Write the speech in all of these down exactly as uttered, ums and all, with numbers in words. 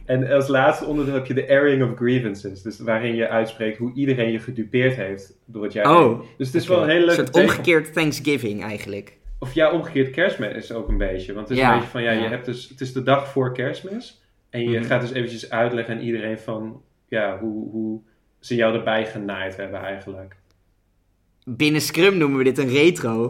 En als laatste onderdeel heb je de airing of grievances. Dus waarin je uitspreekt hoe iedereen je gedupeerd heeft door het jaar. Oh, dus het is okay. wel een hele leuke... Een soort omgekeerd Thanksgiving eigenlijk. Of ja, omgekeerd Kerstmis ook een beetje. Want het is ja, een beetje van, ja, ja, je hebt dus... Het is de dag voor Kerstmis. En je mm-hmm. gaat dus eventjes uitleggen aan iedereen van... Ja, hoe, hoe ze jou erbij genaaid hebben eigenlijk. Binnen Scrum noemen we dit een retro.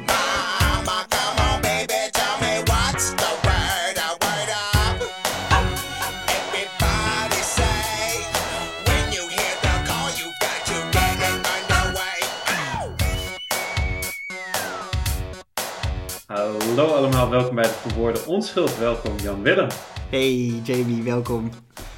Hallo allemaal, welkom bij de Verwoorden Onschuld. Welkom Jan Willem. Hey Jamie, welkom.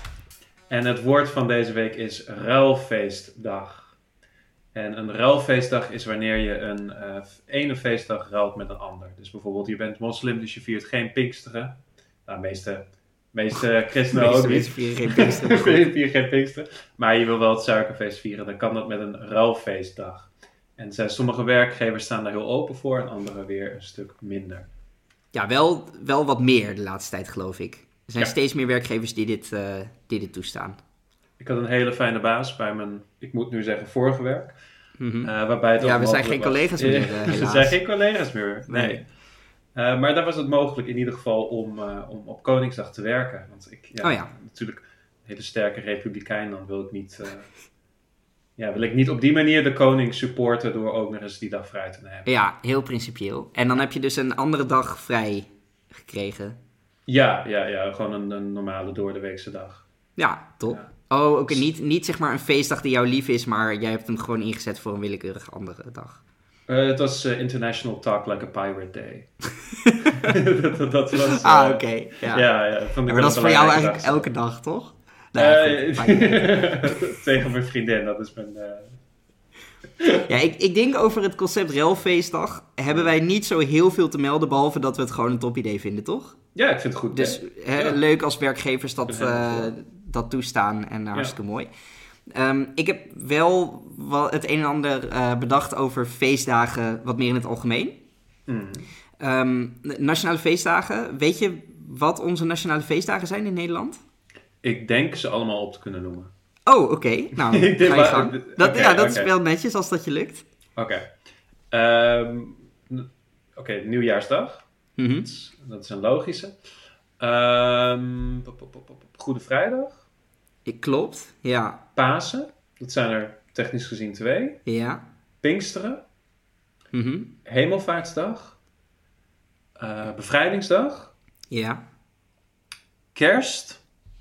En het woord van deze week is ruilfeestdag. En een ruilfeestdag is wanneer je een uh, ene feestdag ruilt met een ander. Dus bijvoorbeeld je bent moslim, dus je viert geen Pinksteren. Nou, de meeste, meeste christenen ook niet. vieren geen Pinksteren. vieren geen Pinksteren. Maar je wil wel het suikerfeest vieren, dan kan dat met een ruilfeestdag. En zijn, sommige werkgevers staan daar heel open voor en andere weer een stuk minder. Ja, wel, wel wat meer de laatste tijd geloof ik. Er zijn ja. steeds meer werkgevers die dit, uh, die dit toestaan. Ik had een hele fijne baas bij mijn, ik moet nu zeggen, vorige werk. Mm-hmm. Uh, waarbij het ja, we zijn geen was. collega's meer, uh, helaas. We zijn geen collega's meer, nee. nee. Uh, maar daar was het mogelijk in ieder geval om, uh, om op Koningsdag te werken. Want ik, ja, oh ja. natuurlijk een hele sterke republikein, dan wil ik niet... Uh, Ja, wil ik niet op die manier de koning supporten door ook nog eens die dag vrij te nemen. Ja, heel principieel. En dan heb je dus een andere dag vrij gekregen. Ja, ja, ja, gewoon een, een normale doordeweekse dag. Ja, top. Ja. Oh, oké, okay. niet, niet zeg maar een feestdag die jou lief is, maar jij hebt hem gewoon ingezet voor een willekeurige andere dag. Uh, het was uh, International Talk Like a Pirate Day. dat, dat, dat was... Uh, ah, oké. Okay. Ja. Ja, ja, vond ik maar dat is voor jou eigenlijk dag, elke dag, toch? Nee, uh, tegen mijn vriendin, dat is mijn... Uh... Ja, ik, ik denk over het concept ruilfeestdag hebben wij niet zo heel veel te melden, behalve dat we het gewoon een top idee vinden, toch? Ja, ik vind het goed. Dus hè, ja. leuk als werkgevers dat, uh, dat toestaan en uh, hartstikke ja. mooi. Um, ik heb wel wat het een en ander uh, bedacht over feestdagen, wat meer in het algemeen. Mm. Um, nationale feestdagen, weet je wat onze nationale feestdagen zijn in Nederland? Ik denk ze allemaal op te kunnen noemen. Oh, oké. Okay. Nou, ga je gang. Dat, okay, ja, dat okay. is wel netjes als dat je lukt. Oké. Okay. Um, Oké, okay, Nieuwjaarsdag. Mm-hmm. Dat, is, dat is een logische. Um, Goede Vrijdag. Klopt, ja. Pasen. Dat zijn er technisch gezien twee. Ja. Pinksteren. Mm-hmm. Hemelvaartsdag. Uh, Bevrijdingsdag. Ja. Kerst.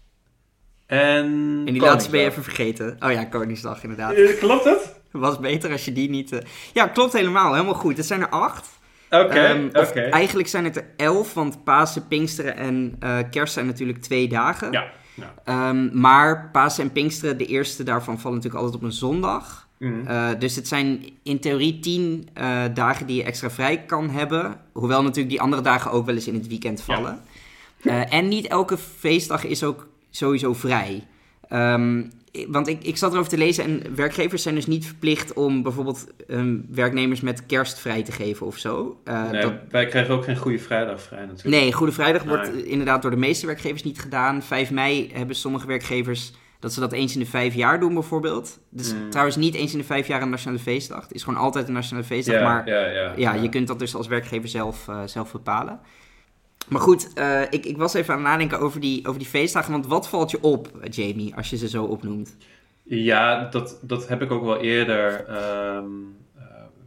En, en die laatste ben je even vergeten. Oh ja, Koningsdag inderdaad. Uh, klopt het? Was beter als je die niet... Uh... Ja, klopt helemaal. Helemaal goed. Het zijn er acht. Oké, okay, um, oké. Okay. Eigenlijk zijn het er elf, want Pasen, Pinksteren en uh, Kerst zijn natuurlijk twee dagen. Ja. ja. Um, maar Pasen en Pinksteren, de eerste daarvan vallen natuurlijk altijd op een zondag. Mm. Uh, dus het zijn in theorie tien uh, dagen die je extra vrij kan hebben. Hoewel natuurlijk die andere dagen ook wel eens in het weekend vallen. Ja. Uh, en niet elke feestdag is ook sowieso vrij. Um, want ik, ik zat erover te lezen en werkgevers zijn dus niet verplicht om bijvoorbeeld um, werknemers met kerst vrij te geven of zo. Uh, nee, dat... wij krijgen ook geen Goede Vrijdag vrij natuurlijk. Nee, Goede Vrijdag nee. wordt inderdaad door de meeste werkgevers niet gedaan. vijf mei hebben sommige werkgevers dat ze dat eens in de vijf jaar doen bijvoorbeeld. Dus mm. trouwens niet eens in de vijf jaar een nationale feestdag. Het is gewoon altijd een nationale feestdag. Ja, maar ja, ja, ja, ja. je kunt dat dus als werkgever zelf, uh, zelf bepalen. Maar goed, uh, ik, ik was even aan het nadenken over die, over die feestdagen. Want wat valt je op, Jamie, als je ze zo opnoemt? Ja, dat, dat heb ik ook wel eerder. Um, uh,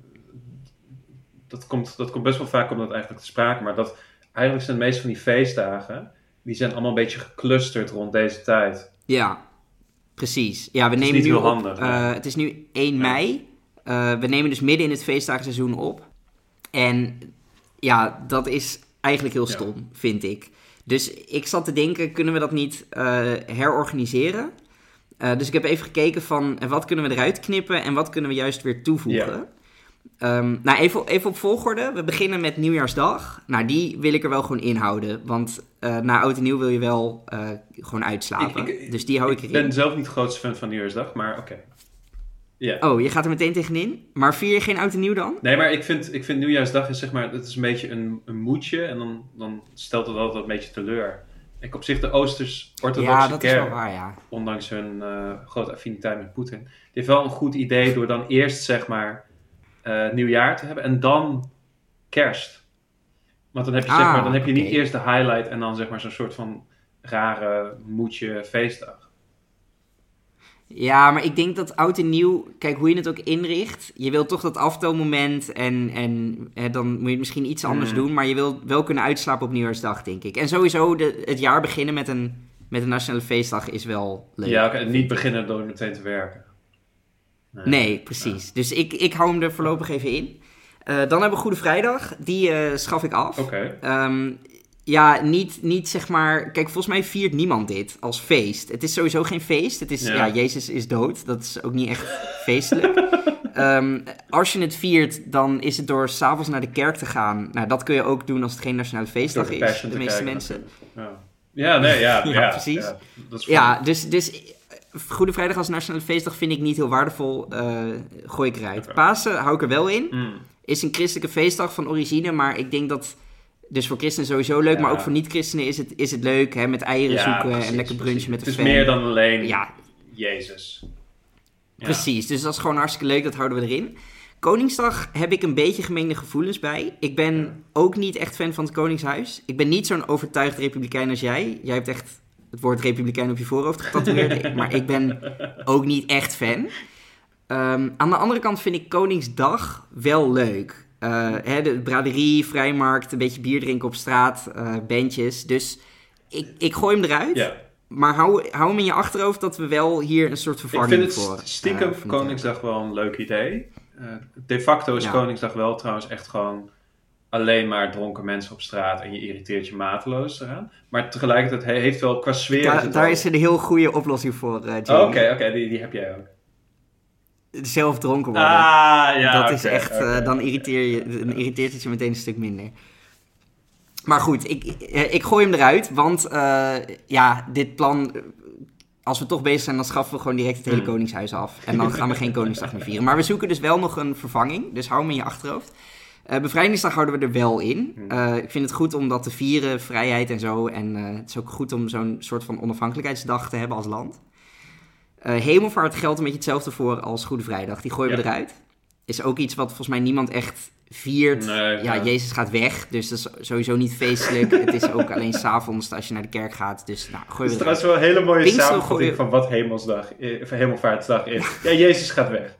dat, komt, dat komt best wel vaak omdat eigenlijk te sprake. Maar dat eigenlijk zijn de meeste van die feestdagen, die zijn allemaal een beetje geclusterd rond deze tijd. Ja, precies. Ja, we het nemen is niet nu heel op, handig. Uh, het is nu één mei. Uh, we nemen dus midden in het feestdagenseizoen op. En ja, dat is eigenlijk heel stom, ja. vind ik. Dus ik zat te denken, kunnen we dat niet uh, herorganiseren? Uh, dus ik heb even gekeken van wat kunnen we eruit knippen en wat kunnen we juist weer toevoegen. Ja. Um, nou, even, even op volgorde. We beginnen met Nieuwjaarsdag. Nou, die wil ik er wel gewoon inhouden. Want uh, na Oud en Nieuw wil je wel uh, gewoon uitslapen. Ik, ik, dus die hou ik, ik erin. Ik ben zelf niet de grootste fan van Nieuwjaarsdag, maar oké. Okay. Yeah. Oh, je gaat er meteen tegenin? Maar vier je geen Oud en Nieuw dan? Nee, maar ik vind, ik vind Nieuwjaarsdag is zeg maar, het is een beetje een, een moedje. En dan, dan stelt het altijd een beetje teleur. Ik op zich de Oosters-orthodoxe Ja, dat is kerk, wel waar, ja. ondanks hun uh, grote affiniteit met Poetin, die heeft wel een goed idee door dan eerst, zeg maar, uh, nieuwjaar te hebben en dan kerst. Want dan heb je, ah, zeg maar, dan heb je okay. niet eerst de highlight en dan, zeg maar, zo'n soort van rare moedje feestdag. Ja, maar ik denk dat oud en nieuw, kijk hoe je het ook inricht, je wilt toch dat aftelmoment en, en hè, dan moet je het misschien iets anders mm. doen, maar je wilt wel kunnen uitslapen op Nieuwjaarsdag, denk ik. En sowieso de, het jaar beginnen met een, met een nationale feestdag is wel leuk. Ja, en niet beginnen door meteen te werken. Nee, nee precies. Ja. Dus ik, ik hou hem er voorlopig even in. Uh, dan hebben we Goede Vrijdag, die uh, schaf ik af. Oké. Okay. Um, Ja, niet, niet zeg maar... Kijk, volgens mij viert niemand dit als feest. Het is sowieso geen feest. Het is, ja, ja Jezus is dood. Dat is ook niet echt feestelijk. um, als je het viert, dan is het door 's avonds naar de kerk te gaan. Nou, dat kun je ook doen als het geen nationale feestdag de is. De meeste mensen. Ja. ja, nee, ja. ja, ja precies. Ja, dat is ja dus, dus Goede Vrijdag als nationale feestdag vind ik niet heel waardevol. Uh, gooi ik eruit. Okay. Pasen hou ik er wel in. Mm. Is een christelijke feestdag van origine, maar ik denk dat... Dus voor christenen sowieso leuk, ja. maar ook voor niet-christenen is het, is het leuk, hè, met eieren ja, zoeken precies, en lekker brunchen met de fan. Het is meer dan alleen ja. Jezus. Ja. Precies, dus dat is gewoon hartstikke leuk, dat houden we erin. Koningsdag heb ik een beetje gemengde gevoelens bij. Ik ben ja. ook niet echt fan van het Koningshuis. Ik ben niet zo'n overtuigd republikein als jij. Jij hebt echt het woord republikein op je voorhoofd getatoeëerd, maar ik ben ook niet echt fan. Um, aan de andere kant vind ik Koningsdag wel leuk. Uh, hè, de braderie, vrijmarkt, een beetje bier drinken op straat, uh, bandjes. Dus ik, ik gooi hem eruit. Ja. Maar hou, hou hem in je achterhoofd dat we wel hier een soort vervanging voor... Ik vind het stiekem uh, Koningsdag wel een leuk idee. Uh, de facto is ja. Koningsdag wel trouwens echt gewoon alleen maar dronken mensen op straat en je irriteert je mateloos eraan. Maar tegelijkertijd he, heeft wel qua sfeer... Da, is daar al... is een heel goede oplossing voor, uh, Jamie. Oké, oh, okay, okay, die, die heb jij ook. Zelf dronken worden. Ah, ja, dat okay, is echt, okay, uh, dan, irriteer je, dan irriteert het je meteen een stuk minder. Maar goed, ik, ik gooi hem eruit, want uh, ja, dit plan, als we toch bezig zijn, dan schaffen we gewoon direct het hele mm. Koningshuis af. En dan gaan we geen Koningsdag meer vieren. Maar we zoeken dus wel nog een vervanging, dus hou hem in je achterhoofd. Uh, Bevrijdingsdag houden we er wel in. Uh, ik vind het goed om dat te vieren, vrijheid en zo. En uh, het is ook goed om zo'n soort van onafhankelijkheidsdag te hebben als land. Uh, Hemelvaart geldt een beetje hetzelfde voor als Goede Vrijdag. Die gooien ja. we eruit. Is ook iets wat volgens mij niemand echt viert. Nee, ja, ja, Jezus gaat weg, dus dat is sowieso niet feestelijk. Het is ook alleen 's avonds als je naar de kerk gaat. Dus nou, gooi we eruit. Het is trouwens wel een hele mooie Pinkster samenvatting van wat Hemelsdag, of Hemelvaartsdag is. Ja, Jezus gaat weg.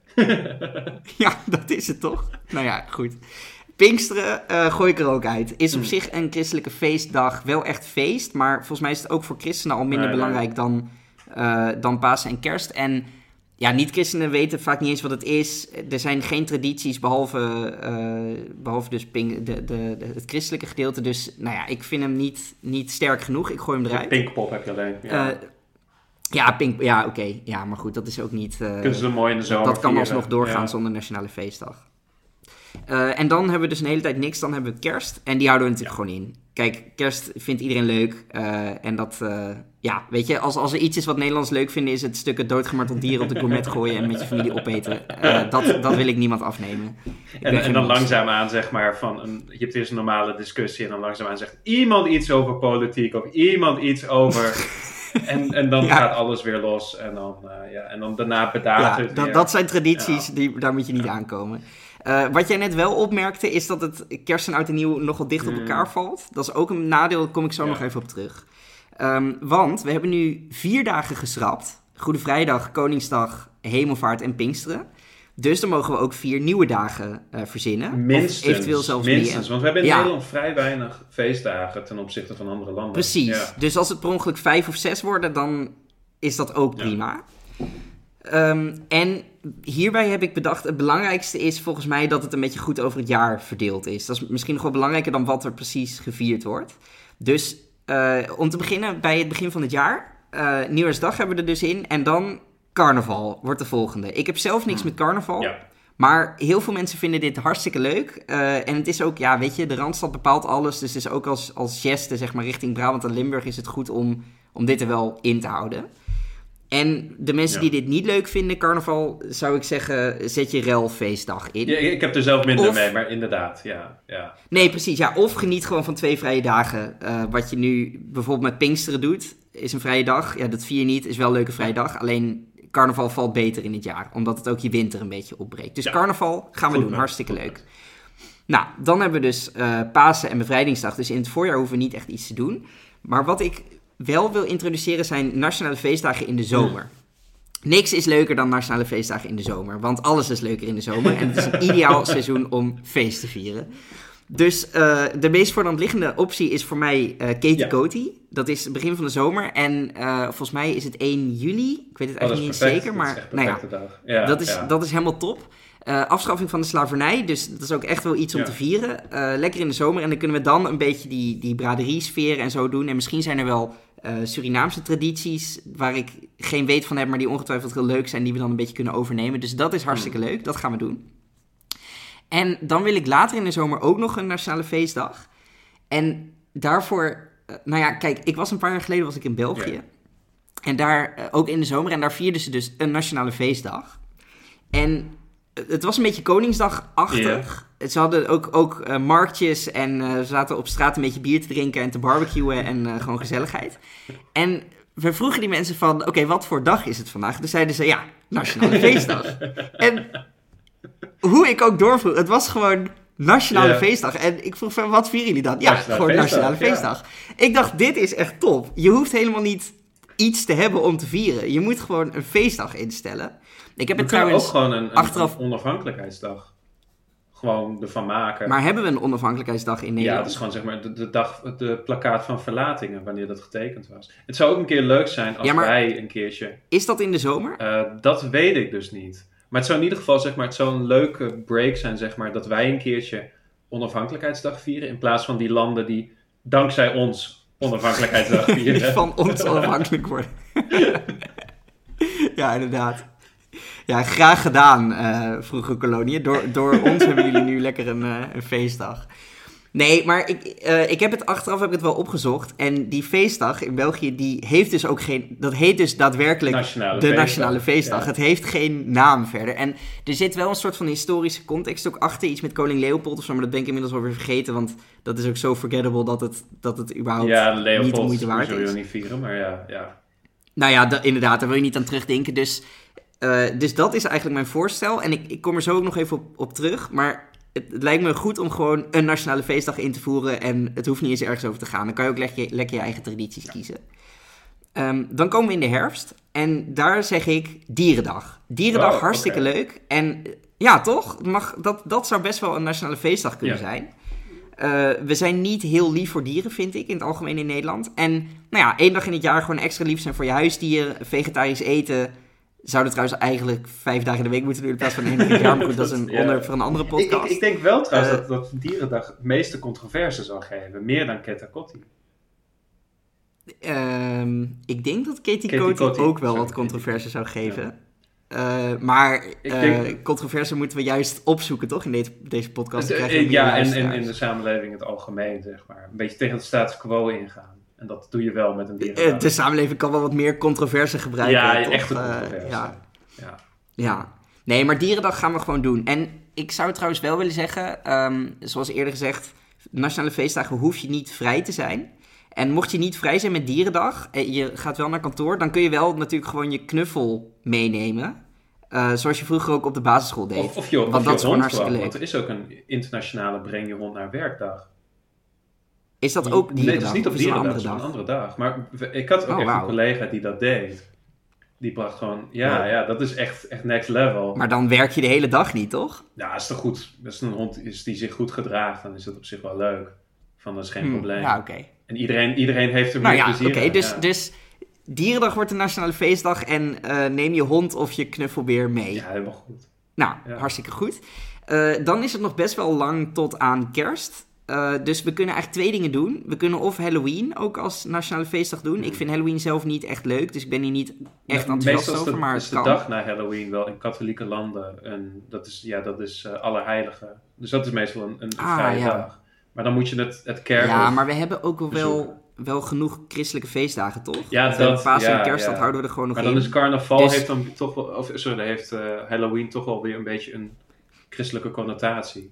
Ja, dat is het toch? Nou ja, goed. Pinksteren uh, gooi ik er ook uit. Is op mm. zich een christelijke feestdag wel echt feest. Maar volgens mij is het ook voor christenen al minder nee, belangrijk nee. dan... Uh, dan Pasen en Kerst. En ja, niet-christenen weten vaak niet eens wat het is. Er zijn geen tradities behalve, uh, behalve dus pink, de, de, de, het christelijke gedeelte. Dus nou ja, ik vind hem niet, niet sterk genoeg. Ik gooi hem eruit. Pinkpop heb je alleen. Ja, uh, ja, pink, ja oké. Okay. Ja, maar goed, dat is ook niet... Uh, Kunnen ze mooi in de zomer Dat kan vieren. alsnog doorgaan ja. zonder nationale feestdag. Uh, en dan hebben we dus een hele tijd niks. Dan hebben we Kerst. En die houden we natuurlijk ja. gewoon in. Kijk, Kerst vindt iedereen leuk. Uh, en dat... Uh, Ja, weet je, als, als er iets is wat Nederlands leuk vinden... is het stukken doodgemarteld dieren op de gourmet gooien... en met je familie opeten. Uh, dat, dat wil ik niemand afnemen. Ik en, en dan langzaamaan zeg maar van... Een, je hebt eerst een normale discussie... en dan langzaamaan zegt iemand iets over politiek... of iemand iets over... en, en dan ja. gaat alles weer los. En dan, uh, ja, en dan daarna bedaagt ja, het dat, dat zijn tradities, ja. die, daar moet je niet ja. aankomen. Uh, wat jij net wel opmerkte... is dat het Kerst en Oud en Nieuw nogal dicht op elkaar mm. valt. Dat is ook een nadeel, daar kom ik zo ja. nog even op terug. Um, want we hebben nu vier dagen geschrapt. Goede Vrijdag, Koningsdag, Hemelvaart en Pinksteren. Dus dan mogen we ook vier nieuwe dagen uh, verzinnen. Minstens. Of eventueel zelfs minstens. meer. Want we hebben in ja. Nederland vrij weinig feestdagen ten opzichte van andere landen. Precies. Ja. Dus als het per ongeluk vijf of zes worden, dan is dat ook prima. Ja. Um, en hierbij heb ik bedacht, het belangrijkste is volgens mij dat het een beetje goed over het jaar verdeeld is. Dat is misschien nog wel belangrijker dan wat er precies gevierd wordt. Dus... Uh, om te beginnen bij het begin van het jaar. Uh, Nieuwjaarsdag hebben we er dus in. En dan carnaval wordt de volgende. Ik heb zelf niks met carnaval. Ja. Maar heel veel mensen vinden dit hartstikke leuk. Uh, en het is ook, ja, weet je, de Randstad bepaalt alles. Dus het is ook als, als geste, zeg maar, richting Brabant en Limburg is het goed om, om dit er wel in te houden. En de mensen Ja. die dit niet leuk vinden, carnaval, zou ik zeggen, zet je ruilfeestdag in. Ja, ik heb er zelf minder Of- mee, maar inderdaad, ja. ja. Nee, precies. Ja, of geniet gewoon van twee vrije dagen. Uh, wat je nu bijvoorbeeld met Pinksteren doet, is een vrije dag. Ja, dat vier je niet, is wel een leuke vrije dag. Alleen carnaval valt beter in het jaar, omdat het ook je winter een beetje opbreekt. Dus Ja. carnaval gaan we Goed, doen, man. hartstikke Goed, leuk. man. Nou, dan hebben we dus uh, Pasen en Bevrijdingsdag. Dus in het voorjaar hoeven we niet echt iets te doen. Maar wat ik wel wil introduceren zijn nationale feestdagen in de zomer. Niks is leuker dan nationale feestdagen in de zomer. Want alles is leuker in de zomer. En het is een ideaal seizoen om feest te vieren. Dus uh, de meest voor de hand liggende optie is voor mij uh, Katie Ja. Coty. Dat is het begin van de zomer. En uh, volgens mij is het één juli. Ik weet het Oh, dat eigenlijk is niet perfect. zeker. Dat Maar is echt nou ja, perfecte dag. Ja, dat, is, ja. dat is helemaal top. Uh, afschaffing van de slavernij. Dus dat is ook echt wel iets om Ja. te vieren. Uh, lekker in de zomer. En dan kunnen we dan een beetje die, die braderie-sfeer en zo doen. En misschien zijn er wel uh, Surinaamse tradities waar ik geen weet van heb, maar die ongetwijfeld heel leuk zijn, die we dan een beetje kunnen overnemen. Dus dat is hartstikke Hmm. leuk. Dat gaan we doen. En dan wil ik later in de zomer ook nog een nationale feestdag. En daarvoor, uh, nou ja, kijk, ik was een paar jaar geleden was ik in België. Ja. En daar, uh, ook in de zomer, en daar vierden ze dus een nationale feestdag. En het was een beetje Koningsdag-achtig. Yeah. Ze hadden ook, ook uh, marktjes en uh, ze zaten op straat een beetje bier te drinken en te barbecuen en uh, gewoon gezelligheid. En we vroegen die mensen van, oké, okay, wat voor dag is het vandaag? Dus zeiden ze, ja, Nationale Feestdag. En hoe ik ook doorvroeg, het was gewoon Nationale yeah. Feestdag. En ik vroeg van, wat vieren jullie dan? Ja, Nationale gewoon Feestdag, Nationale ja. Feestdag. Ik dacht, dit is echt top. Je hoeft helemaal niet iets te hebben om te vieren. Je moet gewoon een feestdag instellen. Ik heb we het trouwens ook gewoon een, een, achteraf... een onafhankelijkheidsdag. Gewoon ervan maken. Maar hebben we een onafhankelijkheidsdag in Nederland? Ja, het is gewoon zeg maar de, de dag, de plakkaat van verlatingen, wanneer dat getekend was. Het zou ook een keer leuk zijn als ja, maar wij een keertje... Is dat in de zomer? Uh, dat weet ik dus niet. Maar het zou in ieder geval, zeg maar, het zou een leuke break zijn, zeg maar, dat wij een keertje onafhankelijkheidsdag vieren, in plaats van die landen die dankzij ons onafhankelijkheidsdag vieren. Van ons onafhankelijk worden. Ja, inderdaad. Ja, graag gedaan, uh, vroege koloniën. Door, door ons hebben jullie nu lekker een, uh, een feestdag. Nee, maar ik, uh, ik heb het achteraf heb ik het wel opgezocht. En die feestdag in België, die heeft dus ook geen... Dat heet dus daadwerkelijk nationale de feestdag. Nationale Feestdag. Ja. Het heeft geen naam verder. En er zit wel een soort van historische context ook achter. Iets met koning Leopold of zo, maar dat ben ik inmiddels alweer vergeten. Want dat is ook zo forgettable dat het, dat het überhaupt ja, Leopold, niet de moeite waard is. Ja, Leopold niet vieren, maar ja. ja. Nou ja, da- inderdaad, daar wil je niet aan terugdenken. Dus, uh, dus dat is eigenlijk mijn voorstel. En ik, ik kom er zo ook nog even op, op terug. Maar het, het lijkt me goed om gewoon een nationale feestdag in te voeren. En het hoeft niet eens ergens over te gaan. Dan kan je ook lekker, lekker je eigen tradities ja. kiezen. Um, dan komen we in de herfst. En daar zeg ik Dierendag. Dierendag, oh, hartstikke okay. leuk. En ja, toch? Mag, dat, dat zou best wel een nationale feestdag kunnen ja. zijn. Uh, we zijn niet heel lief voor dieren, vind ik, in het algemeen in Nederland. En nou ja, één dag in het jaar gewoon extra lief zijn voor je huisdier. Vegetarisch eten. Zouden trouwens eigenlijk vijf dagen in de week moeten doen in plaats van één dag in het jaar. Maar goed, dat is een ja. onderwerp voor een andere podcast. Ik, ik, ik denk wel trouwens uh, dat, dat Dierendag het meeste controverse zal geven. Meer dan Ketakoti. Um, ik denk dat Katie Coty ook wel wat controverse zou geven. Ja. Uh, maar uh, denk, controverse moeten we juist opzoeken, toch? In deze, deze podcast. De, uh, ja, en in, in de samenleving in het algemeen, zeg maar. Een beetje tegen de status quo ingaan. En dat doe je wel met een dierendag. Uh, de samenleving kan wel wat meer controverse gebruiken. Ja, toch? echte controverse. Uh, ja. Ja. ja. Nee, maar Dierendag gaan we gewoon doen. En ik zou trouwens wel willen zeggen, um, zoals eerder gezegd, nationale feestdagen hoef je niet vrij te zijn. En mocht je niet vrij zijn met Dierendag en je gaat wel naar kantoor, dan kun je wel natuurlijk gewoon je knuffel meenemen. Uh, zoals je vroeger ook op de basisschool deed. Of, of je, want of dat je is gewoon hond hartstikke wel, leuk. Want er is ook een internationale breng je hond naar werkdag. Is dat ook Dierendag? Nee, dat is niet op Dierendag, dat is een andere dag. Maar ik had ook oh, echt wow. een collega die dat deed. Die bracht gewoon, ja, ja, ja dat is echt, echt next level. Maar dan werk je de hele dag niet, toch? Ja, is toch goed. Als een hond is die zich goed gedraagt, dan is dat op zich wel leuk. Van, dat is geen hmm, probleem. Ja, oké. Okay. En iedereen, iedereen heeft er nou, meer ja, plezier okay, aan. Dus, ja. dus Dierendag wordt een nationale feestdag en uh, neem je hond of je knuffelbeer mee. Ja, helemaal goed. Nou, ja. hartstikke goed. Uh, dan is het nog best wel lang tot aan kerst. Uh, dus we kunnen eigenlijk twee dingen doen. We kunnen of Halloween ook als nationale feestdag doen. Mm. Ik vind Halloween zelf niet echt leuk, dus ik ben hier niet echt ja, enthousiast over. Maar is de kan. dag na Halloween wel in katholieke landen. En dat is, ja, dat is uh, Allerheiligen. Dus dat is meestal een, een ah, vrije ja. dag. Maar dan moet je het, het kerk. Ja, maar we hebben ook wel wel genoeg christelijke feestdagen, toch? Ja, dat, dat, Pasen ja, en kerst, ja. dat houden we er gewoon nog maar in. Maar dan is carnaval, dus, heeft dan toch wel, of sorry, heeft uh, Halloween toch wel weer een beetje een christelijke connotatie.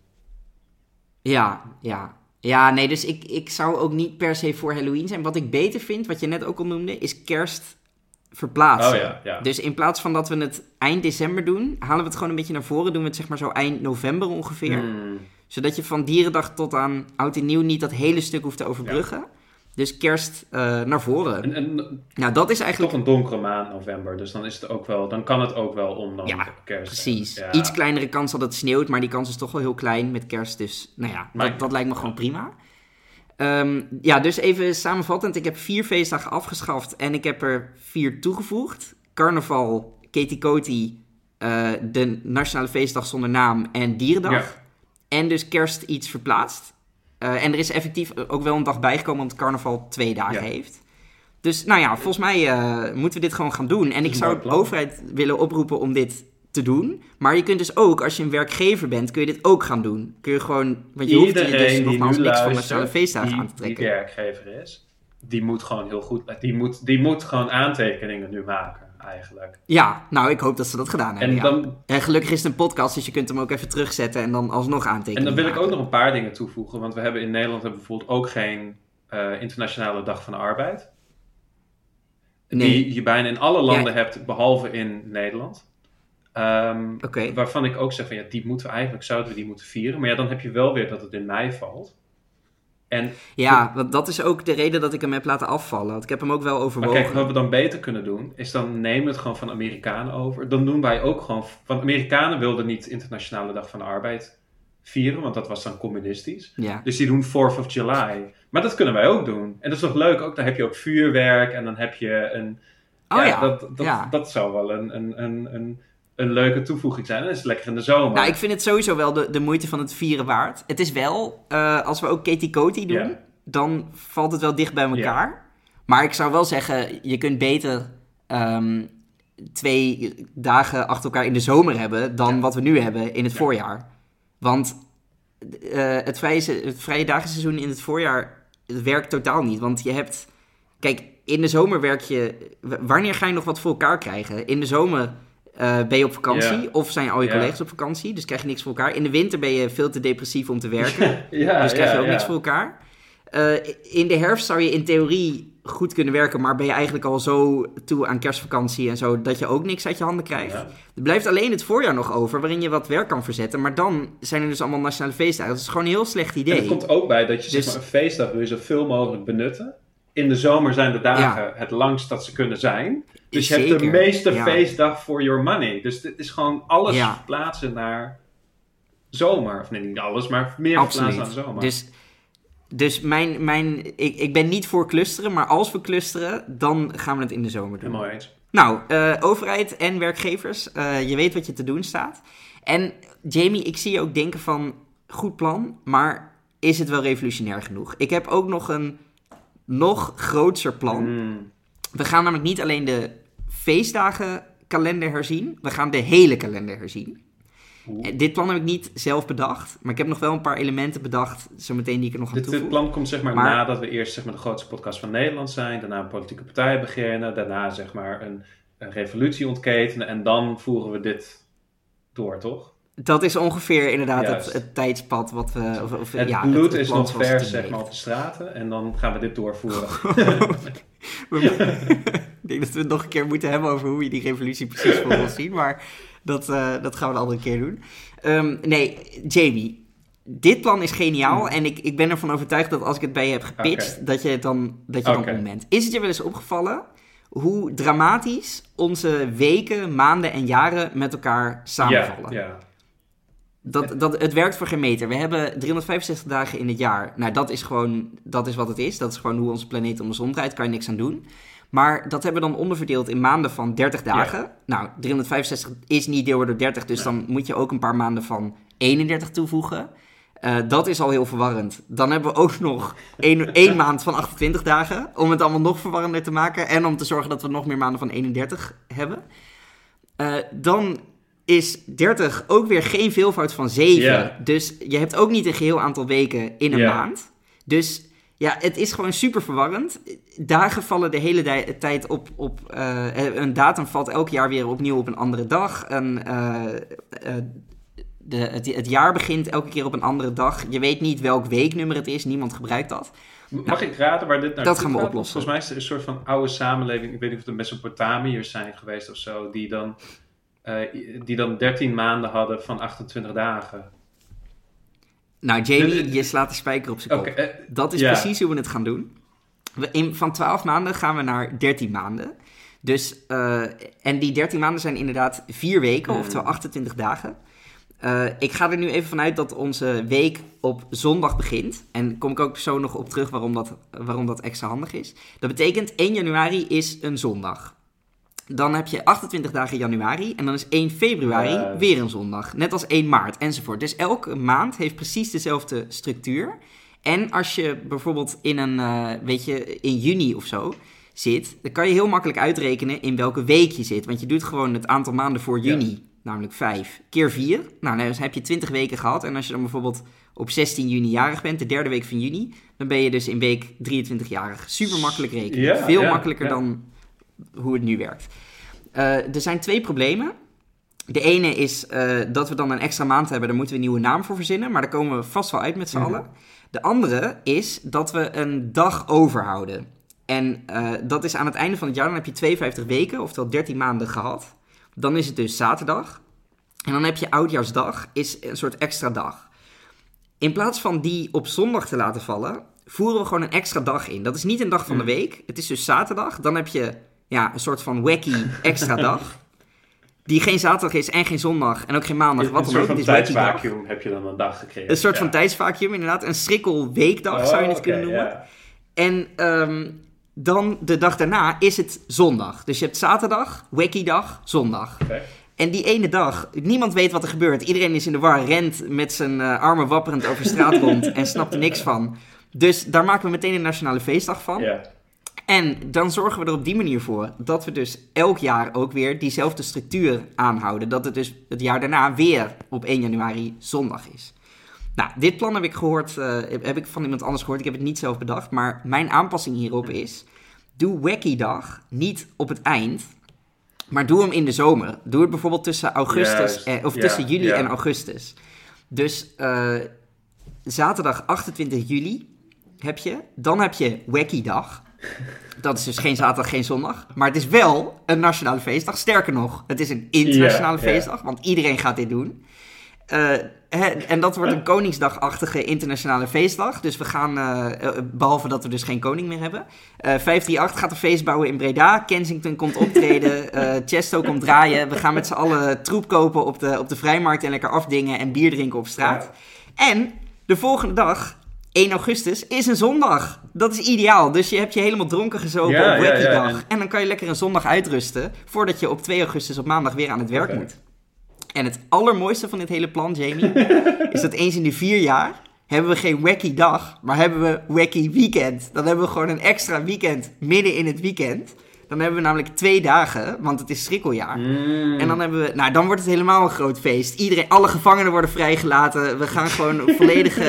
Ja, ja. Ja, nee, dus ik, ik zou ook niet per se voor Halloween zijn. Wat ik beter vind, wat je net ook al noemde, is kerst verplaatsen. Oh ja, ja. Dus in plaats van dat we het eind december doen, halen we het gewoon een beetje naar voren. Doen we het zeg maar zo eind november ongeveer. Hmm. Zodat je van Dierendag tot aan Oud en Nieuw niet dat hele stuk hoeft te overbruggen. Ja. Dus kerst uh, naar voren. En, en, nou, dat is eigenlijk... Toch een donkere maand november, dus dan, is het ook wel, dan kan het ook wel om dan ja, kerst. Precies. Ja. Iets kleinere kans dat het sneeuwt, maar die kans is toch wel heel klein met kerst. Dus nou ja, dat, ik... dat lijkt me gewoon prima. Um, ja, dus even samenvattend. Ik heb vier feestdagen afgeschaft en ik heb er vier toegevoegd. Carnaval, Ketikoti, uh, de Nationale Feestdag zonder naam en Dierendag. Ja. En dus kerst iets verplaatst. Uh, en er is effectief ook wel een dag bijgekomen, omdat carnaval twee dagen ja. heeft. Dus nou ja, volgens mij uh, moeten we dit gewoon gaan doen. En ik zou de overheid willen oproepen om dit te doen. Maar je kunt dus ook, als je een werkgever bent, kun je dit ook gaan doen. Kun je gewoon, want je Iedereen hoeft je dus nogmaals niks van Nationale Feestdagen die, aan te trekken. Die werkgever is, die moet gewoon heel goed, die moet, die moet gewoon aantekeningen nu maken. Eigenlijk. Ja, nou, ik hoop dat ze dat gedaan hebben. En, dan, ja. en gelukkig is het een podcast, dus je kunt hem ook even terugzetten en dan alsnog aantekenen. En dan wil maken. ik ook nog een paar dingen toevoegen, want we hebben in Nederland hebben bijvoorbeeld ook geen uh, internationale dag van de arbeid. Nee. Die je bijna in alle landen ja. hebt, behalve in Nederland. Um, okay. Waarvan ik ook zeg van ja, die moeten we eigenlijk, zouden we die moeten vieren. Maar ja, dan heb je wel weer dat het in mei valt. En ja, want dat is ook de reden dat ik hem heb laten afvallen. Want ik heb hem ook wel overwogen. Maar kijk, wat we dan beter kunnen doen, is dan nemen we het gewoon van Amerikanen over. Dan doen wij ook gewoon... Want Amerikanen wilden niet Internationale Dag van de Arbeid vieren, want dat was dan communistisch. Ja. Dus die doen fourth of July. Maar dat kunnen wij ook doen. En dat is toch leuk ook? Dan heb je ook vuurwerk en dan heb je een... Oh ja, ja. Dat, dat, ja. dat zou wel een... een, een, een een leuke toevoeging zijn. En dat is lekker in de zomer. Nou, ik vind het sowieso wel de, de moeite van het vieren waard. Het is wel, uh, als we ook Ketikoti doen, yeah. dan valt het wel dicht bij elkaar. Yeah. Maar ik zou wel zeggen, je kunt beter um, twee dagen achter elkaar in de zomer hebben dan ja. wat we nu hebben in het ja. voorjaar. Want uh, het, vrije, het vrije dagenseizoen in het voorjaar het werkt totaal niet. Want je hebt... Kijk, in de zomer werk je... Wanneer ga je nog wat voor elkaar krijgen? In de zomer... Uh, ben je op vakantie yeah. of zijn al je yeah. collega's op vakantie, dus krijg je niks voor elkaar. In de winter ben je veel te depressief om te werken, ja, dus krijg je ja, ook ja. niks voor elkaar. Uh, in de herfst zou je in theorie goed kunnen werken, maar ben je eigenlijk al zo toe aan kerstvakantie en zo, dat je ook niks uit je handen krijgt. Ja. Er blijft alleen het voorjaar nog over, waarin je wat werk kan verzetten, maar dan zijn er dus allemaal nationale feestdagen. Dat is gewoon een heel slecht idee. En er komt ook bij dat je dus, zeg maar, een feestdag wil je zoveel mogelijk benutten. In de zomer zijn de dagen ja. het langst dat ze kunnen zijn. Dus je Zeker. hebt de meeste ja. feestdag for your money. Dus dit is gewoon alles ja. verplaatsen naar zomer. Of nee, niet alles, maar meer Absoluut. verplaatsen naar zomer. Dus, dus mijn, mijn, ik, ik ben niet voor clusteren, maar als we clusteren, dan gaan we het in de zomer doen. Helemaal eens. Nou, uh, overheid en werkgevers, uh, je weet wat je te doen staat. En Jamie, ik zie je ook denken van, goed plan, maar is het wel revolutionair genoeg? Ik heb ook nog een nog grootser plan. Mm. We gaan namelijk niet alleen de feestdagenkalender herzien. We gaan de hele kalender herzien. Oeh. Dit plan heb ik niet zelf bedacht. Maar ik heb nog wel een paar elementen bedacht. Zometeen die ik er nog aan toevoeg. Dit plan komt zeg maar, maar nadat we eerst zeg maar, de grootste podcast van Nederland zijn. Daarna een politieke partij beginnen. Daarna zeg maar een, een revolutie ontketenen. En dan voeren we dit door, toch? Dat is ongeveer inderdaad het, het tijdspad wat we... Of, of, het ja, bloed het, het is nog vers zeg maar, op de straten. En dan gaan we dit doorvoeren. Ik denk dat we het nog een keer moeten hebben over hoe je die revolutie precies voor wil zien. Maar dat, uh, dat gaan we een andere keer doen. Um, nee, Jamie. Dit plan is geniaal. Mm. En ik, ik ben ervan overtuigd dat als ik het bij je heb gepitcht, okay. dat je het dan, dat je okay. dan om bent. Is het je wel eens opgevallen hoe dramatisch onze weken, maanden en jaren met elkaar samenvallen? Ja, ja. Dat, dat, het werkt voor geen meter. We hebben driehonderdvijfenzestig dagen in het jaar. Nou, dat is gewoon, dat is wat het is. Dat is gewoon hoe onze planeet om de zon draait. Kan je niks aan doen. Maar dat hebben we dan onderverdeeld in maanden van dertig dagen. Ja. Nou, driehonderdvijfenzestig is niet deelbaar door dertig. Dus ja. dan moet je ook een paar maanden van eenendertig toevoegen. Uh, dat is al heel verwarrend. Dan hebben we ook nog één, één maand van achtentwintig dagen. Om het allemaal nog verwarrender te maken. En om te zorgen dat we nog meer maanden van eenendertig hebben. Uh, dan... is dertig ook weer geen veelvoud van zeven. Yeah. Dus je hebt ook niet een geheel aantal weken in een yeah. maand. Dus Ja, het is gewoon super verwarrend. Dagen vallen de hele di- tijd op... op uh, een datum valt elk jaar weer opnieuw op een andere dag. Een, uh, uh, de, het, het jaar begint elke keer op een andere dag. Je weet niet welk weeknummer het is. Niemand gebruikt dat. Mag nou, ik raden waar dit naar dat gaan we gaat? oplossen. Volgens mij is het een soort van oude samenleving. Ik weet niet of het de Mesopotamiërs zijn geweest of zo. Die dan, uh, die dan dertien maanden hadden van achtentwintig dagen. Nou, Jamie, je slaat de spijker op zijn kop. Okay, uh, dat is yeah. precies hoe we het gaan doen. We in, van twaalf maanden gaan we naar dertien maanden. Dus, uh, en die dertien maanden zijn inderdaad vier weken, mm. oftewel achtentwintig dagen. Uh, ik ga er nu even vanuit dat onze week op zondag begint. En kom ik ook zo nog op terug waarom dat, waarom dat extra handig is. Dat betekent één januari is een zondag. Dan heb je achtentwintig dagen januari en dan is één februari uh. weer een zondag. Net als één maart enzovoort. Dus elke maand heeft precies dezelfde structuur. En als je bijvoorbeeld in een, uh, weet je, in juni of zo zit, dan kan je heel makkelijk uitrekenen in welke week je zit. Want je doet gewoon het aantal maanden voor juni, ja. namelijk vijf, keer vier. Nou, dan heb je twintig weken gehad. En als je dan bijvoorbeeld op zestien juni jarig bent, de derde week van juni, dan ben je dus in week drieëntwintig jarig. Super makkelijk rekenen. Ja, Veel ja, makkelijker ja. dan hoe het nu werkt. Uh, er zijn twee problemen. De ene is uh, dat we dan een extra maand hebben, daar moeten we een nieuwe naam voor verzinnen, maar daar komen we vast wel uit met z'n mm-hmm. allen. De andere is dat we een dag overhouden. En uh, dat is aan het einde van het jaar, dan heb je tweeënvijftig weken, oftewel dertien maanden gehad. Dan is het dus zaterdag. En dan heb je oudjaarsdag, is een soort extra dag. In plaats van die op zondag te laten vallen, voeren we gewoon een extra dag in. Dat is niet een dag van de week, het is dus zaterdag. Dan heb je ja, een soort van wacky extra dag. Die geen zaterdag is en geen zondag en ook geen maandag. Wat een dan soort ook. van tijdsvacuum heb je dan een dag gekregen. Een soort ja. van tijdsvacuum, inderdaad. Een schrikkelweekdag oh, zou je het okay, kunnen noemen. Yeah. En um, dan de dag daarna is het zondag. Dus je hebt zaterdag, wacky dag, zondag. Okay. En die ene dag, niemand weet wat er gebeurt. Iedereen is in de war, rent met zijn uh, armen wapperend over straat rond en snapt er niks van. Dus daar maken we meteen een nationale feestdag van. Yeah. En dan zorgen we er op die manier voor dat we dus elk jaar ook weer diezelfde structuur aanhouden. Dat het dus het jaar daarna weer op één januari zondag is. Nou, dit plan heb ik gehoord, uh, heb ik van iemand anders gehoord. Ik heb het niet zelf bedacht, maar mijn aanpassing hierop is, doe wacky dag niet op het eind, maar doe hem in de zomer. Doe het bijvoorbeeld tussen augustus, yes. eh, of ja, tussen juli ja. en augustus. Dus uh, zaterdag achtentwintig juli heb je, dan heb je wacky dag. Dat is dus geen zaterdag, geen zondag. Maar het is wel een nationale feestdag. Sterker nog, het is een internationale yeah, feestdag. Yeah. Want iedereen gaat dit doen. Uh, he, en dat wordt een Koningsdagachtige internationale feestdag. Dus we gaan, uh, behalve dat we dus geen koning meer hebben. Uh, vijf drie acht gaat een feest bouwen in Breda. Kensington komt optreden. Uh, Chesto komt draaien. We gaan met z'n allen troep kopen op de, op de vrijmarkt. En lekker afdingen en bier drinken op straat. Ja. En de volgende dag, één augustus, is een zondag. Dat is ideaal. Dus je hebt je helemaal dronken gezopen ja, op wacky ja, ja, dag. En... en dan kan je lekker een zondag uitrusten, voordat je op twee augustus op maandag weer aan het werk okay. moet. En het allermooiste van dit hele plan, Jamie, is dat eens in de vier jaar hebben we geen wacky dag, maar hebben we wacky weekend. Dan hebben we gewoon een extra weekend midden in het weekend. Dan hebben we namelijk twee dagen, want het is schrikkeljaar. Mm. En dan hebben we, nou dan wordt het helemaal een groot feest. Iedereen, alle gevangenen worden vrijgelaten. We gaan gewoon een volledige,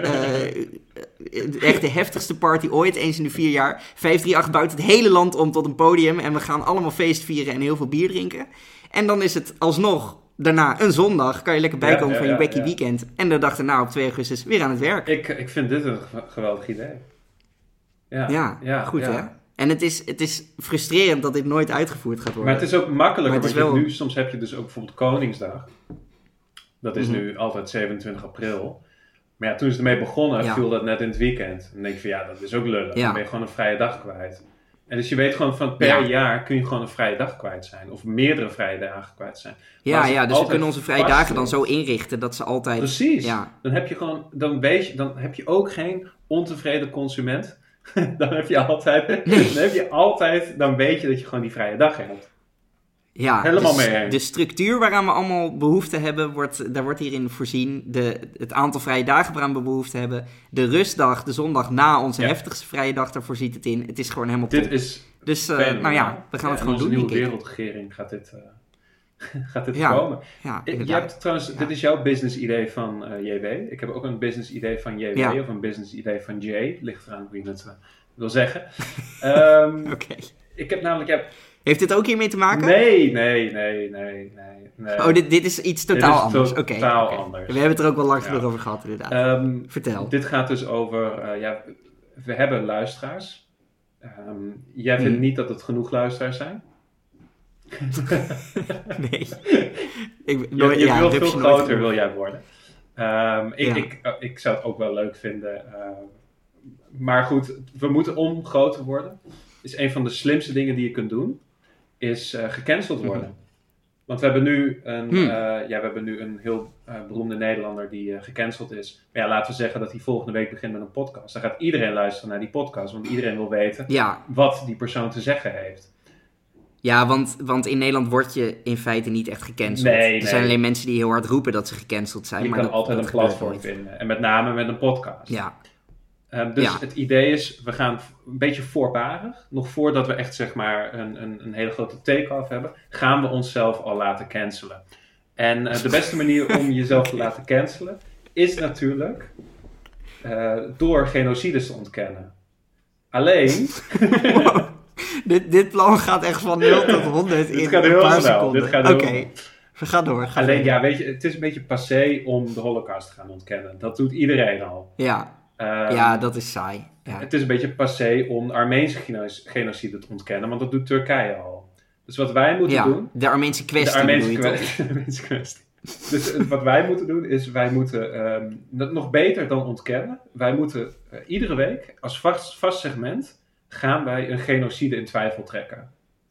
uh, echt de heftigste party ooit, eens in de vier jaar. vijf drie acht bouwt het hele land om tot een podium en we gaan allemaal feest vieren en heel veel bier drinken. En dan is het alsnog daarna een zondag, kan je lekker bijkomen ja, ja, van je wacky ja, ja. weekend. En de dag daarna op twee augustus weer aan het werk. Ik, ik vind dit een geweldig idee. Ja, ja, ja goed ja. hè? En het is, het is frustrerend dat dit nooit uitgevoerd gaat worden. Maar het is ook makkelijker, het is want wel... nu, soms heb je dus ook bijvoorbeeld Koningsdag. Dat is mm-hmm. nu altijd zevenentwintig april. Maar ja, toen ze ermee begonnen, ja. viel dat net in het weekend. En dan denk je van ja, dat is ook lullig. Ja. Dan ben je gewoon een vrije dag kwijt. En dus je weet gewoon van per ja. jaar kun je gewoon een vrije dag kwijt zijn. Of meerdere vrije dagen kwijt zijn. Ja, ja, dus we kunnen onze vrije dagen dan zo inrichten dat ze altijd... Precies. Ja. Dan heb je gewoon, dan weet je, dan heb je ook geen ontevreden consument. dan heb je altijd, nee. dan heb je altijd, dan weet je dat je gewoon die vrije dag hebt. Ja, helemaal dus mee heen. De structuur waaraan we allemaal behoefte hebben, wordt, daar wordt hierin voorzien. De, het aantal vrije dagen waaraan we behoefte hebben. De rustdag, de zondag na onze ja. heftigste vrije dag, daar voorziet het in. Het is gewoon helemaal top. Dit is Dus, uh, nou ja, we gaan ja, het gewoon onze doen. Onze nieuwe wereldregering gaat dit... Uh... gaat dit Ja, komen. ja, Je inderdaad. hebt trouwens, Ja. dit is jouw business idee van uh, J W. Ik heb ook een business idee van J W Ja. of een business idee van J. Ligt eraan hoe je het uh, wil zeggen. Um, Oké. Ik heb namelijk... Ja, Heeft dit ook hiermee te maken? nee, nee, nee, nee, nee. nee. Oh, dit, dit is iets totaal Dit is anders. to- Oké. totaal oké. anders. We hebben het er ook wel lang Ja. over gehad, inderdaad. Um, Vertel. Dit gaat dus over... Uh, ja, we hebben luisteraars. Um, jij vindt Hmm. niet dat het genoeg luisteraars zijn? Nee. Ik, Je, nooit, je ja, wil rupsje veel nooit groter, genoeg. wil jij worden. Um, ik, Ja. ik, uh, ik zou het ook wel leuk vinden. Uh, maar goed, we moeten om groter worden. Is een van de slimste dingen die je kunt doen. Is uh, gecanceld worden. Mm-hmm. Want we hebben nu een, Hmm. uh, ja, we hebben nu een heel uh, beroemde Nederlander die uh, gecanceld is. Maar ja, laten we zeggen dat hij volgende week begint met een podcast. Dan gaat iedereen luisteren naar die podcast. Want iedereen wil weten Ja, wat die persoon te zeggen heeft. ja want, want in Nederland word je in feite niet echt gecanceld. Nee, er nee. zijn alleen mensen die heel hard roepen dat ze gecanceld zijn. Je maar kan dat, altijd dat een gebeurt platform nooit. vinden. En met name met een podcast. Ja, Um, dus Ja. het idee is, we gaan een beetje voorbarig, nog voordat we echt zeg maar een, een, een hele grote take-off hebben, gaan we onszelf al laten cancelen. En uh, de beste manier om jezelf te laten cancelen is natuurlijk uh, door genocides te ontkennen. Alleen... Wow. dit, dit plan gaat echt van nul tot honderd in Dit gaat een heel paar snel, seconden. dit gaat heel Oké, snel. ga door. Ga Alleen verder. ja, weet je, het is een beetje passé om de Holocaust te gaan ontkennen. Dat doet iedereen al. Ja, Um, ja, dat is saai. Ja. Het is een beetje passé om de Armeense geno- genocide te ontkennen, want dat doet Turkije al. Dus wat wij moeten ja, doen... de Armeense kwestie de Armeense, bedoel je kwestie, toch? de Armeense kwestie. Dus uh, wat wij moeten doen is, wij moeten um, dat nog beter dan ontkennen. Wij moeten uh, iedere week als vast, vast segment gaan wij een genocide in twijfel trekken.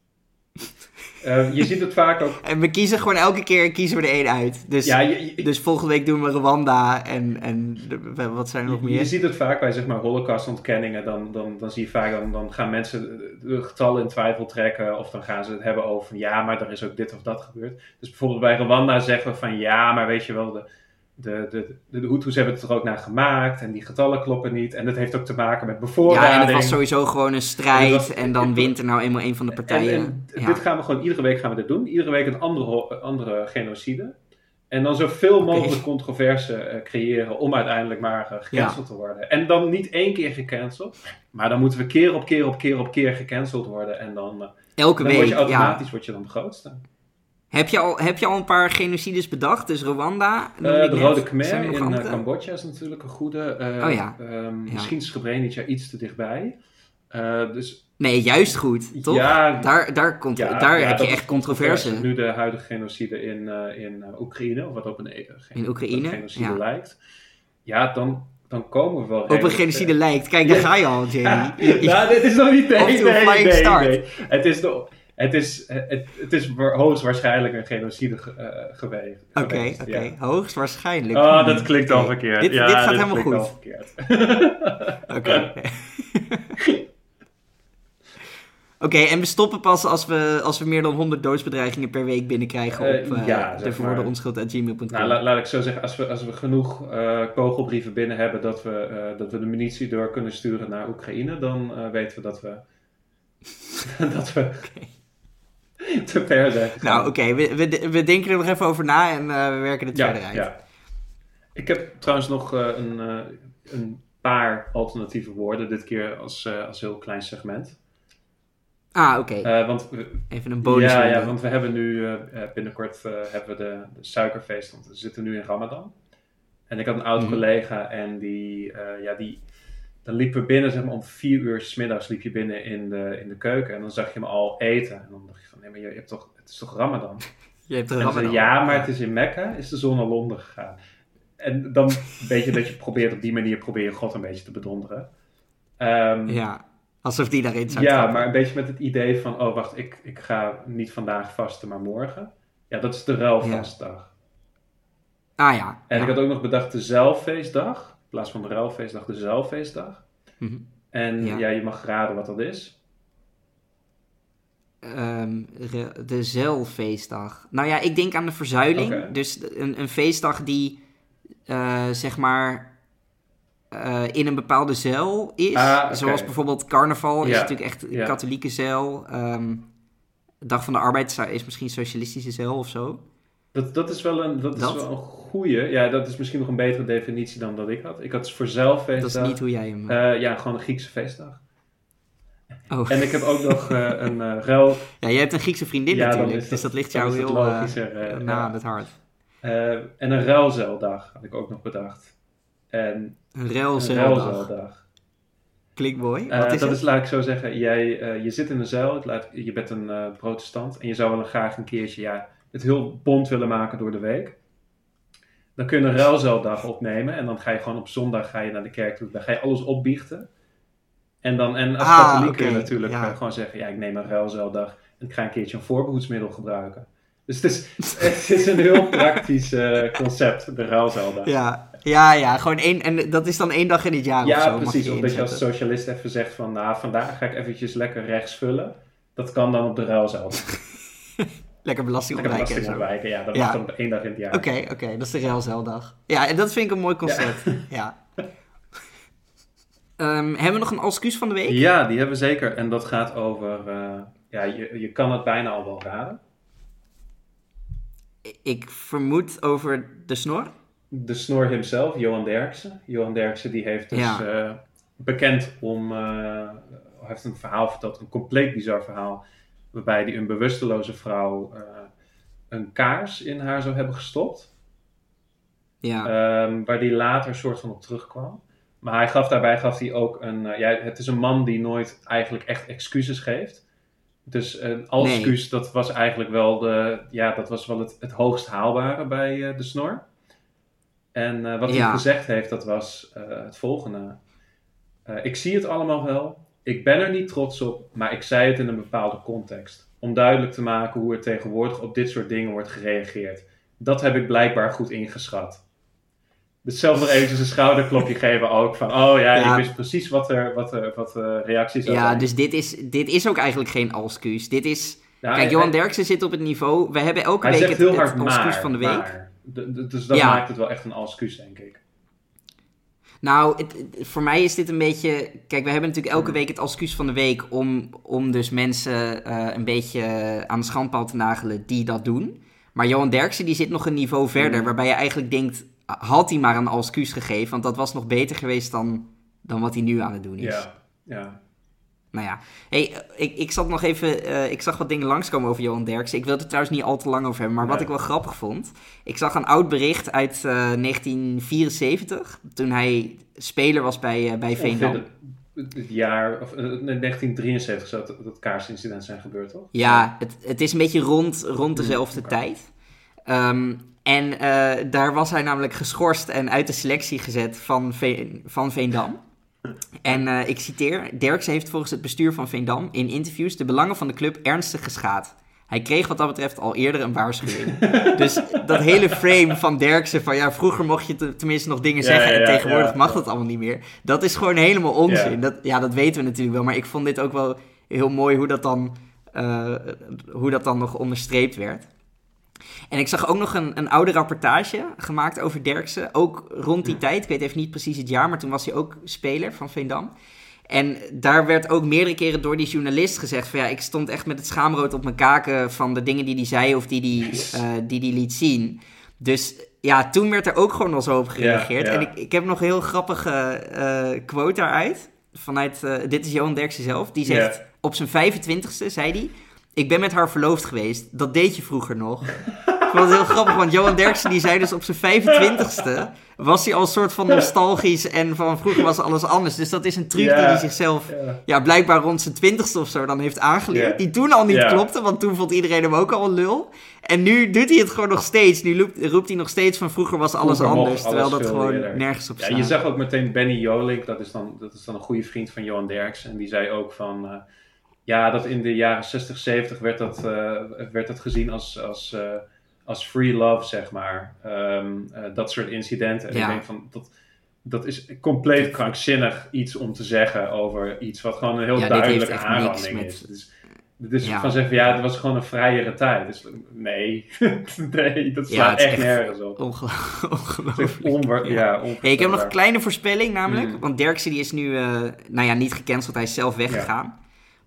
Uh, je ziet het vaak ook... En we kiezen gewoon elke keer kiezen we er één uit. Dus, Ja, je, je, dus volgende week doen we Rwanda en, en de- wat zijn er nog Je, meer? je ziet het vaak bij zeg maar holocaustontkenningen, dan, dan, dan zie je vaak, dan, dan gaan mensen de getallen in twijfel trekken of dan gaan ze het hebben over van ja, maar er is ook dit of dat gebeurd. Dus bijvoorbeeld bij Rwanda zeggen we van ja, maar weet je wel, de, de, de, de, de Hutus hebben het er ook naar gemaakt en die getallen kloppen niet en dat heeft ook te maken met bevoorrading. Ja, en het was sowieso gewoon een strijd En en, het was- dan wint er nou eenmaal een van de partijen. En, en ja. dit gaan we gewoon, iedere week gaan we dit doen. Iedere week een andere, ho- andere genocide. En dan zoveel mogelijk Oké. controverse uh, creëren om uiteindelijk maar uh, gecanceld te worden. En dan niet één keer gecanceld, maar dan moeten we keer op keer op keer op keer gecanceld worden. En dan, uh, Elke dan week, word je ja. automatisch word je dan de grootste. Heb je, al, heb je al een paar genocides bedacht? Dus Rwanda? Uh, noemde ik de net. Rode Zijn Khmer er nog in andere? uh, Cambodja is natuurlijk een goede. Uh, Oh ja. um, Ja. Misschien is Srebrenica iets te dichtbij. Uh, dus, Nee, juist goed, toch? Ja, daar daar, komt, Ja, daar ja, heb dat je is echt controverse. Nu de huidige genocide in, uh, in uh, Oekraïne, of wat op een, uh, gen- In Oekraïne, op een genocide ja. lijkt. Ja, dan, dan komen we wel Op een redelijk genocide ver. lijkt. Kijk, daar Ja. ga je al, Jamie. Ja, nou, dit is nog niet... Nee, Off to a nee, flying nee, start. nee. Het is, de, het is, het, het is hoogstwaarschijnlijk een genocide ge, uh, geweest. Oké, geweest, oké. ja. Hoogstwaarschijnlijk. Oh, dat klinkt al Oké. verkeerd. Dit, ja, dit gaat dit helemaal klinkt al goed. verkeerd. Oké. Oké, en we stoppen pas als we, als we meer dan honderd doodsbedreigingen per week binnenkrijgen Uh, op uh, ja, de zeg verwoorde maar. onschuld at gmail punt com. Nou, la- laat ik zo zeggen, als we, als we genoeg uh, kogelbrieven binnen hebben dat we, uh, dat we de munitie door kunnen sturen naar Oekraïne, dan uh, weten we dat we, dat we te ver zijn gegaan. Nou, oké, we, we, we denken er nog even over na en uh, we werken het ja, verder uit. ja. Ik heb trouwens nog uh, een, uh, een paar alternatieve woorden, dit keer als, uh, als heel klein segment. Ah, oké. Uh, want we, Even een bonus. ja, ja, want we hebben nu uh, binnenkort uh, hebben we de, de suikerfeest, want we zitten nu in Ramadan. En ik had een oud Mhm. collega en die, uh, ja, die, dan liepen we binnen, zeg maar om vier uur 's middags liep je binnen in de, in de keuken en dan zag je hem al eten. En dan dacht je van, nee, maar je, je hebt toch, het is toch Ramadan? Je hebt er En dan zei Ramadan. hij, ja, maar het is in Mekka, is de zon al onder gegaan. En dan een beetje dat je probeert, op die manier probeer je God een beetje te bedonderen. Um, Ja, alsof die daarin zou ja, trappen. maar een beetje met het idee van, oh wacht, ik, ik ga niet vandaag vasten, maar morgen. Ja, dat is de ruilvastdag. Ah ja. En ja. ik had ook nog bedacht de zelffeestdag, in plaats van de ruilfeestdag, de zelffeestdag. Mhm. En Ja. ja. je mag raden wat dat is. Um, re- de zeilfeestdag. Nou ja, ik denk aan de verzuiling. Oké. Dus een, een feestdag die, uh, zeg maar, uh, in een bepaalde zeil is. Ah, oké. Zoals bijvoorbeeld carnaval is Ja, natuurlijk echt een ja. katholieke zeil. Um, Dag van de Arbeid is misschien socialistische zeil of zo. Dat, dat is wel een, dat dat? is wel een goeie. Ja, dat is misschien nog een betere definitie dan dat ik had. Ik had voor zeilfeestdag... Dat is niet hoe jij hem... Uh, ja, gewoon een Griekse feestdag. Oh. En ik heb ook nog uh, een uh, ruil... Ja, jij hebt een Griekse vriendin ja, natuurlijk. Dat, dus dat ligt jou heel logischer, uh, na aan het hart. Uh, en een ruilzeildag had ik ook nog bedacht. En een ruilzeildag. Een Klinkt mooi. Uh, Wat is dat het? is, laat ik zo zeggen, jij, uh, je zit in een zeil, laat, je bent een uh, protestant en je zou wel graag een keertje ja, het heel bont willen maken door de week. Dan kun je een ruilzeildag opnemen en dan ga je gewoon op zondag ga je naar de kerk toe, dan ga je alles opbiechten. En, dan, en als ah, katholiek okay. kun je natuurlijk ja. uh, gewoon zeggen, ja ik neem een ruilzeildag en ik ga een keertje een voorbehoedsmiddel gebruiken. Dus het is, het is een heel praktisch uh, concept, de ruilzeildag. Ja. Ja, ja, gewoon één, en dat is dan één dag in het jaar ja, of zo. Ja, precies, je omdat je als socialist even zegt van, nou, vandaag ga ik eventjes lekker rechts vullen. Dat kan dan op de ruilzeildag. lekker belasting lekker ontwijken. belasting ontwijken, ja, dat ja. mag dan op één dag in het jaar. Oké, okay, oké, okay, dat is de ruilzeildag. Ja, en dat vind ik een mooi concept. Ja. ja. um, hebben we nog een excuus van de week? Ja, die hebben we zeker. En dat gaat over, uh, ja, je, je kan het bijna al wel raden. Ik vermoed over de snor. De snor himself, Johan Derksen. Johan Derksen die heeft dus ja. uh, bekend om... Uh, heeft een verhaal verteld, een compleet bizar verhaal... waarbij hij een bewusteloze vrouw uh, een kaars in haar zou hebben gestopt. Ja. Um, waar hij later een soort van op terugkwam. Maar hij gaf, daarbij gaf hij ook een... Uh, ja, het is een man die nooit eigenlijk echt excuses geeft. Dus een als nee. excuus, dat was eigenlijk wel, de, ja, dat was wel het, het hoogst haalbare bij uh, de snor. En uh, wat ja. hij gezegd heeft, dat was uh, het volgende. Uh, ik zie het allemaal wel. Ik ben er niet trots op, maar ik zei het in een bepaalde context. Om duidelijk te maken hoe er tegenwoordig op dit soort dingen wordt gereageerd. Dat heb ik blijkbaar goed ingeschat. Dus zelf nog eventjes een schouderklopje geven ook. Van, oh ja, ja. ik wist precies wat er wat, er, wat uh, reacties ja, zijn. Ja, dus dit is, dit is ook eigenlijk geen alscuus. Dit is... Ja, kijk, hij, Johan Derksen zit op het niveau... We hebben elke hij week het, het, het alscuus van de week. Maar. De, de, dus dat ja. maakt het wel echt een alscuus, denk ik. Nou, het, het, voor mij is dit een beetje... Kijk, we hebben natuurlijk elke week het alscuus van de week... om, om dus mensen uh, een beetje aan de schandpaal te nagelen die dat doen. Maar Johan Derksen die zit nog een niveau verder... Mm. waarbij je eigenlijk denkt... had hij maar een alscuus gegeven... want dat was nog beter geweest dan, dan wat hij nu aan het doen is. Ja, ja. Nou ja, hey, ik, ik zat nog even... Uh, ik zag wat dingen langskomen over Johan Derksen. Ik wil het er trouwens niet al te lang over hebben... maar nee. wat ik wel grappig vond... Ik zag een oud bericht uit uh, negentien vierenzeventig... toen hij speler was bij, uh, bij Veendam. Het jaar... of uh, negentien drieënzeventig zou dat, dat kaarsincident zijn gebeurd, toch? Ja, het, het is een beetje rond, rond dezelfde mm, okay. tijd. Um, en uh, daar was hij namelijk geschorst... en uit de selectie gezet van, Ve- van Veendam... En uh, ik citeer, Derksen heeft volgens het bestuur van Veendam in interviews de belangen van de club ernstig geschaad. Hij kreeg wat dat betreft al eerder een waarschuwing. Dus dat hele frame van Derksen van ja, vroeger mocht je t- tenminste nog dingen zeggen ja, ja, ja, en tegenwoordig ja, mag ja. dat allemaal niet meer. Dat is gewoon helemaal onzin. Ja. Dat, ja, dat weten we natuurlijk wel, maar ik vond dit ook wel heel mooi hoe dat dan, uh, hoe dat dan nog onderstreept werd. En ik zag ook nog een, een oude rapportage gemaakt over Derksen. Ook rond die ja. tijd. Ik weet even niet precies het jaar. Maar toen was hij ook speler van Veendam. En daar werd ook meerdere keren door die journalist gezegd... van ja, ik stond echt met het schaamrood op mijn kaken... van de dingen die hij zei of die hij yes. uh, die die liet zien. Dus ja, toen werd er ook gewoon al zo op gereageerd. Ja, ja. En ik, ik heb nog een heel grappige uh, quote daaruit. Vanuit, uh, dit is Johan Derksen zelf. Die zegt, ja. op zijn vijfentwintigste zei hij... Ik ben met haar verloofd geweest. Dat deed je vroeger nog. Ik vond het heel grappig, want Johan Derksen die zei dus op zijn vijfentwintigste... was hij al een soort van nostalgisch en van vroeger was alles anders. Dus dat is een truc ja, die hij zichzelf ja. Ja, blijkbaar rond zijn twintigste of zo dan heeft aangeleerd. Ja. Die toen al niet ja. klopte, want toen vond iedereen hem ook al een lul. En nu doet hij het gewoon nog steeds. Nu roept, roept hij nog steeds van vroeger was alles vroeger anders. Terwijl alles dat gewoon eerder. nergens op staat. Ja, je zag ook meteen Benny Jolink, dat is, dan, dat is dan een goede vriend van Johan Derksen. En die zei ook van... Uh, ja, dat in de jaren zestig, zeventig werd dat, uh, werd dat gezien als... als uh, als free love, zeg maar. Um, uh, dat soort incidenten. En ja. ik denk van, dat, dat is compleet krankzinnig iets om te zeggen over iets wat gewoon een heel ja, duidelijke aanranding met... is. Dus, dus ja. van zeggen, ja, het was gewoon een vrijere tijd. Dus nee, nee, dat slaat ja, echt, echt nergens op. Onge- ongelooflijk. Onwer- ja. Ja, hey, ik heb nog een kleine voorspelling namelijk. Mm. Want Derksen die is nu, uh, nou ja, niet gecanceld. Hij is zelf weggegaan. Ja.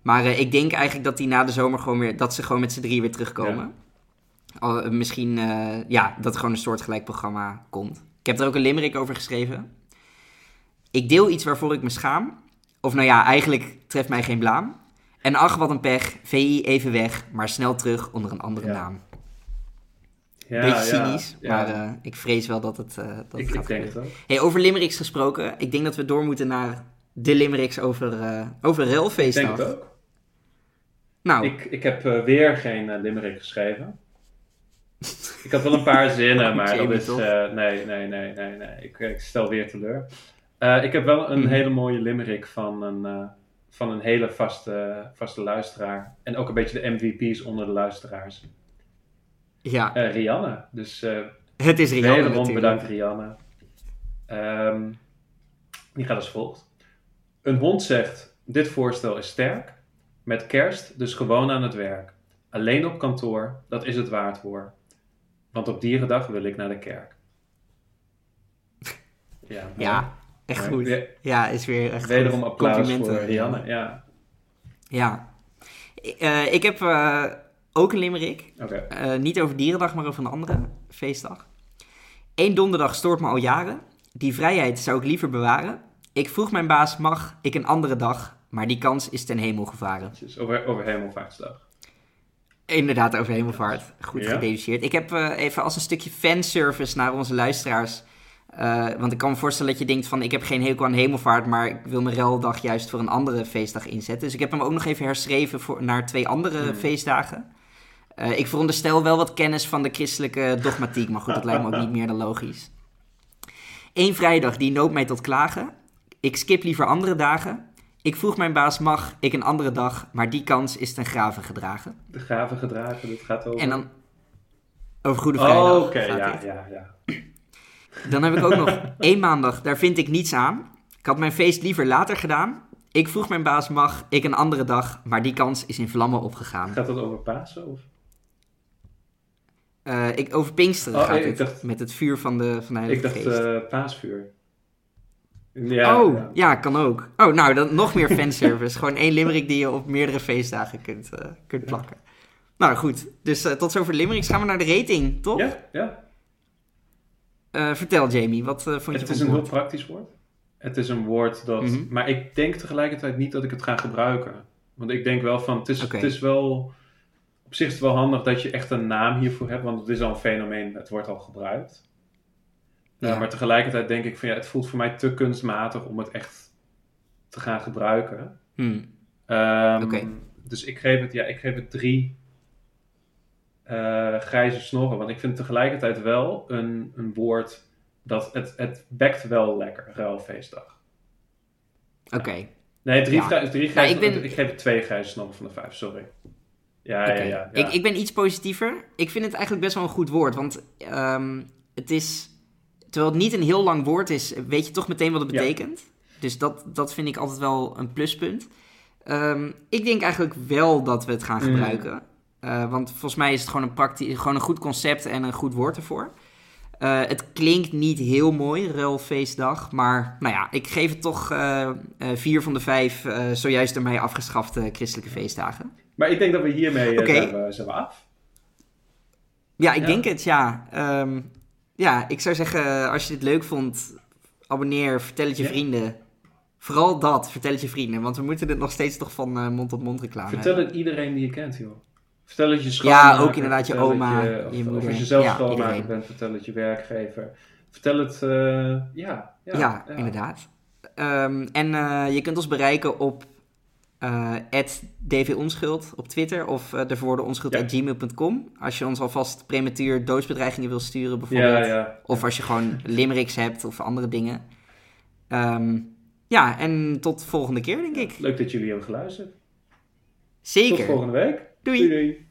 Maar uh, ik denk eigenlijk dat die na de zomer gewoon weer, dat ze gewoon met z'n drie weer terugkomen. Ja. Al, uh, misschien, uh, ja, dat er gewoon een soortgelijk programma komt. Ik heb er ook een limerick over geschreven. Ik deel iets waarvoor ik me schaam. Of nou ja, eigenlijk treft mij geen blaam. En ach, wat een pech. V I even weg, maar snel terug onder een andere ja. naam. Ja, Beetje cynisch, ja, ja. maar uh, ik vrees wel dat het, uh, dat ik, het gaat ik denk het ook. Hey, over limericks gesproken. Ik denk dat we door moeten naar de limericks over, uh, over Relfeestdag. Ik denk het ook. Nou. Ik, ik heb uh, weer geen uh, limerick geschreven. Ik had wel een paar zinnen, maar dat is... Uh, nee, nee, nee, nee, nee. Ik, ik stel weer teleur. Uh, ik heb wel een mm. hele mooie limerick van een, uh, van een hele vaste, vaste luisteraar. En ook een beetje de M V P's onder de luisteraars. Ja. Uh, Rianne. Dus uh, het is Rianne wederom natuurlijk. Bedankt Rianne. Um, die gaat als volgt. Een hond zegt, dit voorstel is sterk. Met kerst dus gewoon aan het werk. Alleen op kantoor, dat is het waard hoor. Want op dierendag wil ik naar de kerk. Ja, ja echt ja, goed. Weer, ja, is weer echt wederom goed. Applaus voor Rianne. Ja. Ja. Uh, ik heb uh, ook een limerick. Okay. Uh, niet over dierendag, maar over een andere feestdag. Eén donderdag stoort me al jaren. Die vrijheid zou ik liever bewaren. Ik vroeg mijn baas, mag ik een andere dag? Maar die kans is ten hemel gevaren. Dus over, over Hemelvaartsdag. Inderdaad, over Hemelvaart. Goed ja. gededuceerd. Ik heb uh, even als een stukje fanservice naar onze luisteraars. Uh, want ik kan me voorstellen dat je denkt van... ik heb geen hekel aan Hemelvaart... maar ik wil mijn reldag juist voor een andere feestdag inzetten. Dus ik heb hem ook nog even herschreven voor, naar twee andere hmm. feestdagen. Uh, ik veronderstel wel wat kennis van de christelijke dogmatiek... maar goed, dat lijkt me ook niet meer dan logisch. Eén vrijdag die noopt mij tot klagen. Ik skip liever andere dagen... Ik vroeg mijn baas, mag ik een andere dag, maar die kans is ten grave gedragen. De grave gedragen, dat gaat over... En dan over Goede Vrijdag. Oh, oké, okay. ja, ja, ja. Dan heb ik ook nog één maandag, daar vind ik niets aan. Ik had mijn feest liever later gedaan. Ik vroeg mijn baas, mag ik een andere dag, maar die kans is in vlammen opgegaan. Gaat dat over Pasen, of? Uh, ik, over Pinksteren oh, gaat ik het, dacht, met het vuur van de, van de Heilige Geest. Ik dacht uh, paasvuur. Ja, oh, ja. ja, kan ook. Oh, nou, dan nog meer fanservice. Gewoon één limerick die je op meerdere feestdagen kunt, uh, kunt plakken. Ja. Nou, goed. Dus uh, tot zover limericks. Gaan we naar de rating, toch? Ja, ja. Uh, vertel, Jamie, wat uh, vond je van het is een woord? Heel praktisch woord. Het is een woord dat... Mm-hmm. Maar ik denk tegelijkertijd niet dat ik het ga gebruiken. Want ik denk wel van... Het is, okay. het is wel... Op zich is het wel handig dat je echt een naam hiervoor hebt. Want het is al een fenomeen. Het wordt al gebruikt. Ja. Uh, maar tegelijkertijd denk ik van ja, het voelt voor mij te kunstmatig om het echt te gaan gebruiken. Hmm. Um, okay. Dus ik geef het, ja, ik geef het drie uh, grijze snorren. Want ik vind tegelijkertijd wel een, een woord dat het, het bekt wel lekker, ruilfeestdag. Oké. Okay. Nee, drie, ja. grij, drie grijze, nou, ik, ben... ik geef het twee grijze snorren van de vijf, sorry. Ja, okay. ja, ja, ja. Ik, ik ben iets positiever. Ik vind het eigenlijk best wel een goed woord, want um, het is... Terwijl het niet een heel lang woord is, weet je toch meteen wat het betekent. Ja. Dus dat, dat vind ik altijd wel een pluspunt. Um, ik denk eigenlijk wel dat we het gaan mm. gebruiken. Uh, want volgens mij is het gewoon een, praktisch, gewoon een goed concept en een goed woord ervoor. Uh, het klinkt niet heel mooi, Ruilfeestdag. Maar nou ja, ik geef het toch uh, uh, vier van de vijf uh, zojuist door mij afgeschafte christelijke feestdagen. Maar ik denk dat we hiermee uh, okay. zijn, we, zijn we af. Ja, ik ja. denk het, ja. Um, Ja, ik zou zeggen, als je dit leuk vond, abonneer, vertel het je ja. vrienden. Vooral dat, vertel het je vrienden. Want we moeten dit nog steeds toch van uh, mond tot mond reclame Vertel hebben. het iedereen die je kent, joh. Vertel het je schoonmaker. Ja, ook inderdaad je oma, je, of, je moeder. Of als je zelf ja, schoonmaker iedereen. bent, vertel het je werkgever. Vertel het, uh, ja, ja. Ja, ja. inderdaad. Um, en uh, je kunt ons bereiken op at uh, dvonschuld op Twitter of uh, de woorden onschuld at gmail punt com. Als je ons alvast prematuur doodsbedreigingen wil sturen bijvoorbeeld. Ja, ja. Of als je gewoon limericks hebt of andere dingen. Um, ja, en tot de volgende keer denk ik. Leuk dat jullie hebben geluisterd. Zeker. Tot volgende week. Doei. Doei, doei.